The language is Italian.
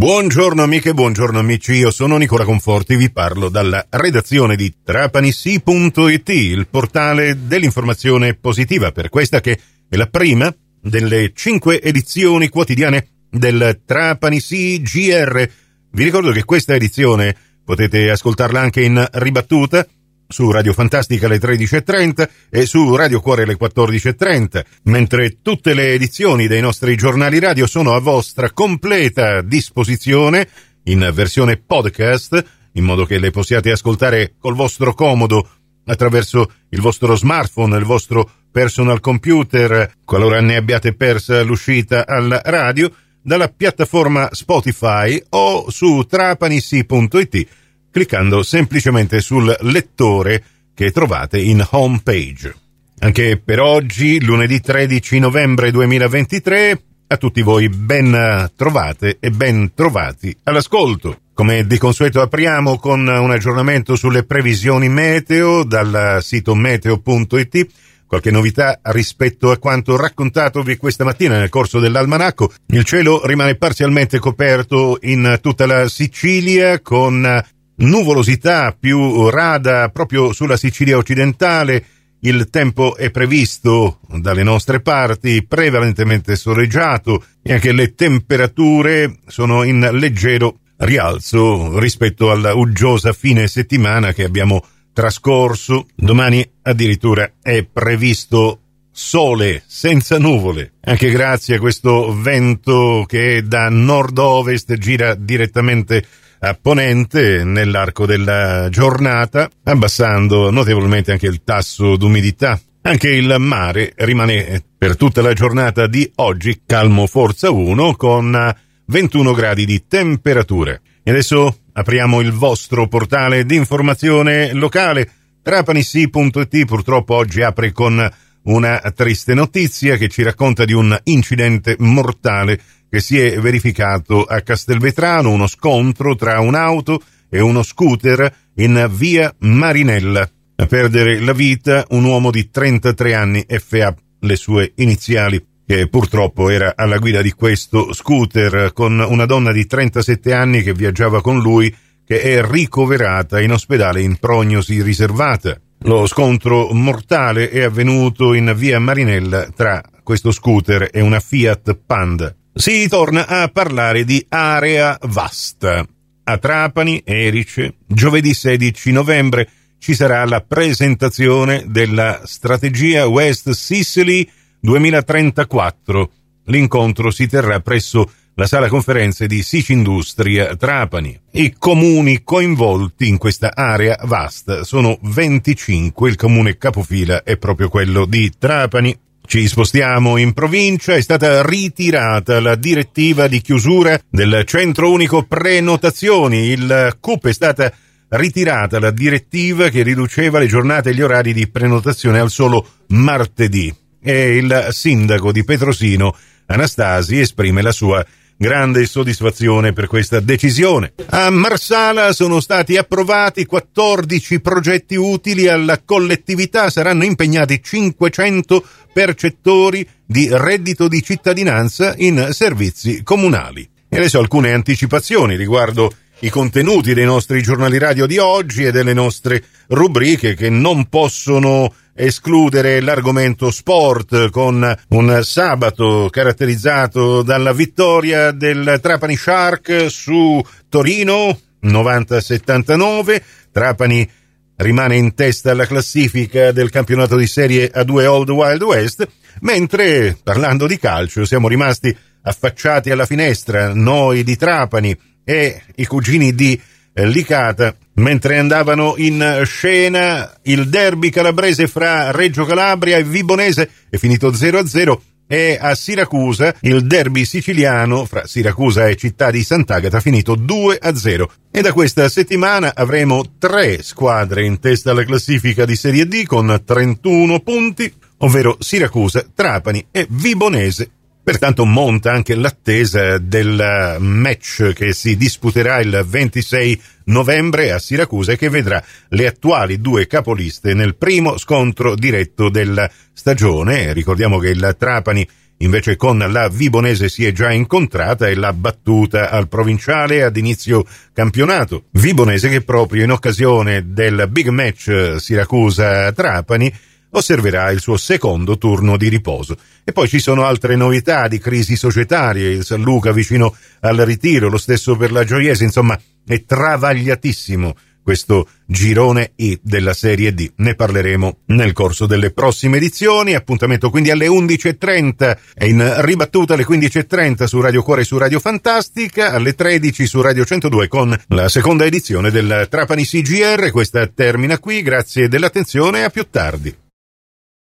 Buongiorno amiche, buongiorno amici, io sono Nicola Conforti, vi parlo dalla redazione di trapanissi.it, il portale dell'informazione positiva, per questa che è la prima delle 5 edizioni quotidiane del Trapanissi GR. Vi ricordo che questa edizione potete ascoltarla anche in ribattuta su Radio Fantastica alle 13.30 e su Radio Cuore alle 14.30, mentre tutte le edizioni dei nostri giornali radio sono a vostra completa disposizione in versione podcast, in modo che le possiate ascoltare col vostro comodo attraverso il vostro smartphone, il vostro personal computer, qualora ne abbiate persa l'uscita alla radio, dalla piattaforma Spotify o su trapanissi.it, cliccando semplicemente sul lettore che trovate in home page. Anche per oggi, lunedì 13 novembre 2023, a tutti voi ben trovate e ben trovati all'ascolto. Come di consueto apriamo con un aggiornamento sulle previsioni meteo dal sito meteo.it. Qualche novità rispetto a quanto raccontatovi questa mattina nel corso dell'almanacco. Il cielo rimane parzialmente coperto in tutta la Sicilia, con nuvolosità più rada proprio sulla Sicilia occidentale. Il tempo è previsto dalle nostre parti prevalentemente soleggiato e anche le temperature sono in leggero rialzo rispetto alla uggiosa fine settimana che abbiamo trascorso. Domani addirittura è previsto sole senza nuvole, anche grazie a questo vento che da nord-ovest gira direttamente a ponente nell'arco della giornata, abbassando notevolmente anche il tasso d'umidità. Anche il mare rimane per tutta la giornata di oggi calmo forza 1 con 21 gradi di temperatura. E adesso apriamo il vostro portale di informazione locale. Trapanissi.it purtroppo oggi apre con una triste notizia che ci racconta di un incidente mortale che si è verificato a Castelvetrano, uno scontro tra un'auto e uno scooter in via Marinella. A perdere la vita un uomo di 33 anni, FA le sue iniziali, che purtroppo era alla guida di questo scooter, con una donna di 37 anni che viaggiava con lui, che è ricoverata in ospedale in prognosi riservata. Lo scontro mortale è avvenuto in via Marinella tra questo scooter e una Fiat Panda. Si torna a parlare di area vasta. A Trapani, Erice, giovedì 16 novembre ci sarà la presentazione della strategia West Sicily 2034. L'incontro si terrà presso la sala conferenze di Sicindustria Trapani. I comuni coinvolti in questa area vasta sono 25, il comune capofila è proprio quello di Trapani. Ci spostiamo in provincia, è stata ritirata la direttiva di chiusura del centro unico prenotazioni, il CUP è stata ritirata la direttiva che riduceva le giornate e gli orari di prenotazione al solo martedì. E il sindaco di Petrosino, Anastasi, esprime la sua grande soddisfazione per questa decisione. A Marsala sono stati approvati 14 progetti utili alla collettività, saranno impegnati 500 percettori di reddito di cittadinanza in servizi comunali. E adesso alcune anticipazioni riguardo i contenuti dei nostri giornali radio di oggi e delle nostre rubriche, che non possono escludere l'argomento sport, con un sabato caratterizzato dalla vittoria del Trapani Shark su Torino 90-79. Trapani rimane in testa alla classifica del campionato di Serie A2 Old Wild West, mentre parlando di calcio siamo rimasti affacciati alla finestra noi di Trapani e i cugini di Licata, mentre andavano in scena il derby calabrese fra Reggio Calabria e Vibonese, è finito 0-0, e a Siracusa il derby siciliano fra Siracusa e Città di Sant'Agata, finito 2-0. E da questa settimana avremo 3 squadre in testa alla classifica di Serie D con 31 punti, ovvero Siracusa, Trapani e Vibonese. Pertanto monta anche l'attesa del match che si disputerà il 26 novembre a Siracusa e che vedrà le attuali 2 capoliste nel primo scontro diretto della stagione. Ricordiamo che il Trapani invece con la Vibonese si è già incontrata e l'ha battuta al provinciale ad inizio campionato. Vibonese che proprio in occasione del big match Siracusa-Trapani osserverà il suo secondo turno di riposo. E poi ci sono altre novità di crisi societarie, il San Luca vicino al ritiro, lo stesso per la Gioiese, insomma è travagliatissimo questo girone I della Serie D. Ne parleremo nel corso delle prossime edizioni. Appuntamento quindi alle 11.30 e in ribattuta alle 15.30 su Radio Cuore e su Radio Fantastica, alle 13 su Radio 102 con la seconda edizione del Trapani CGR. Questa termina qui, grazie dell'attenzione e a più tardi.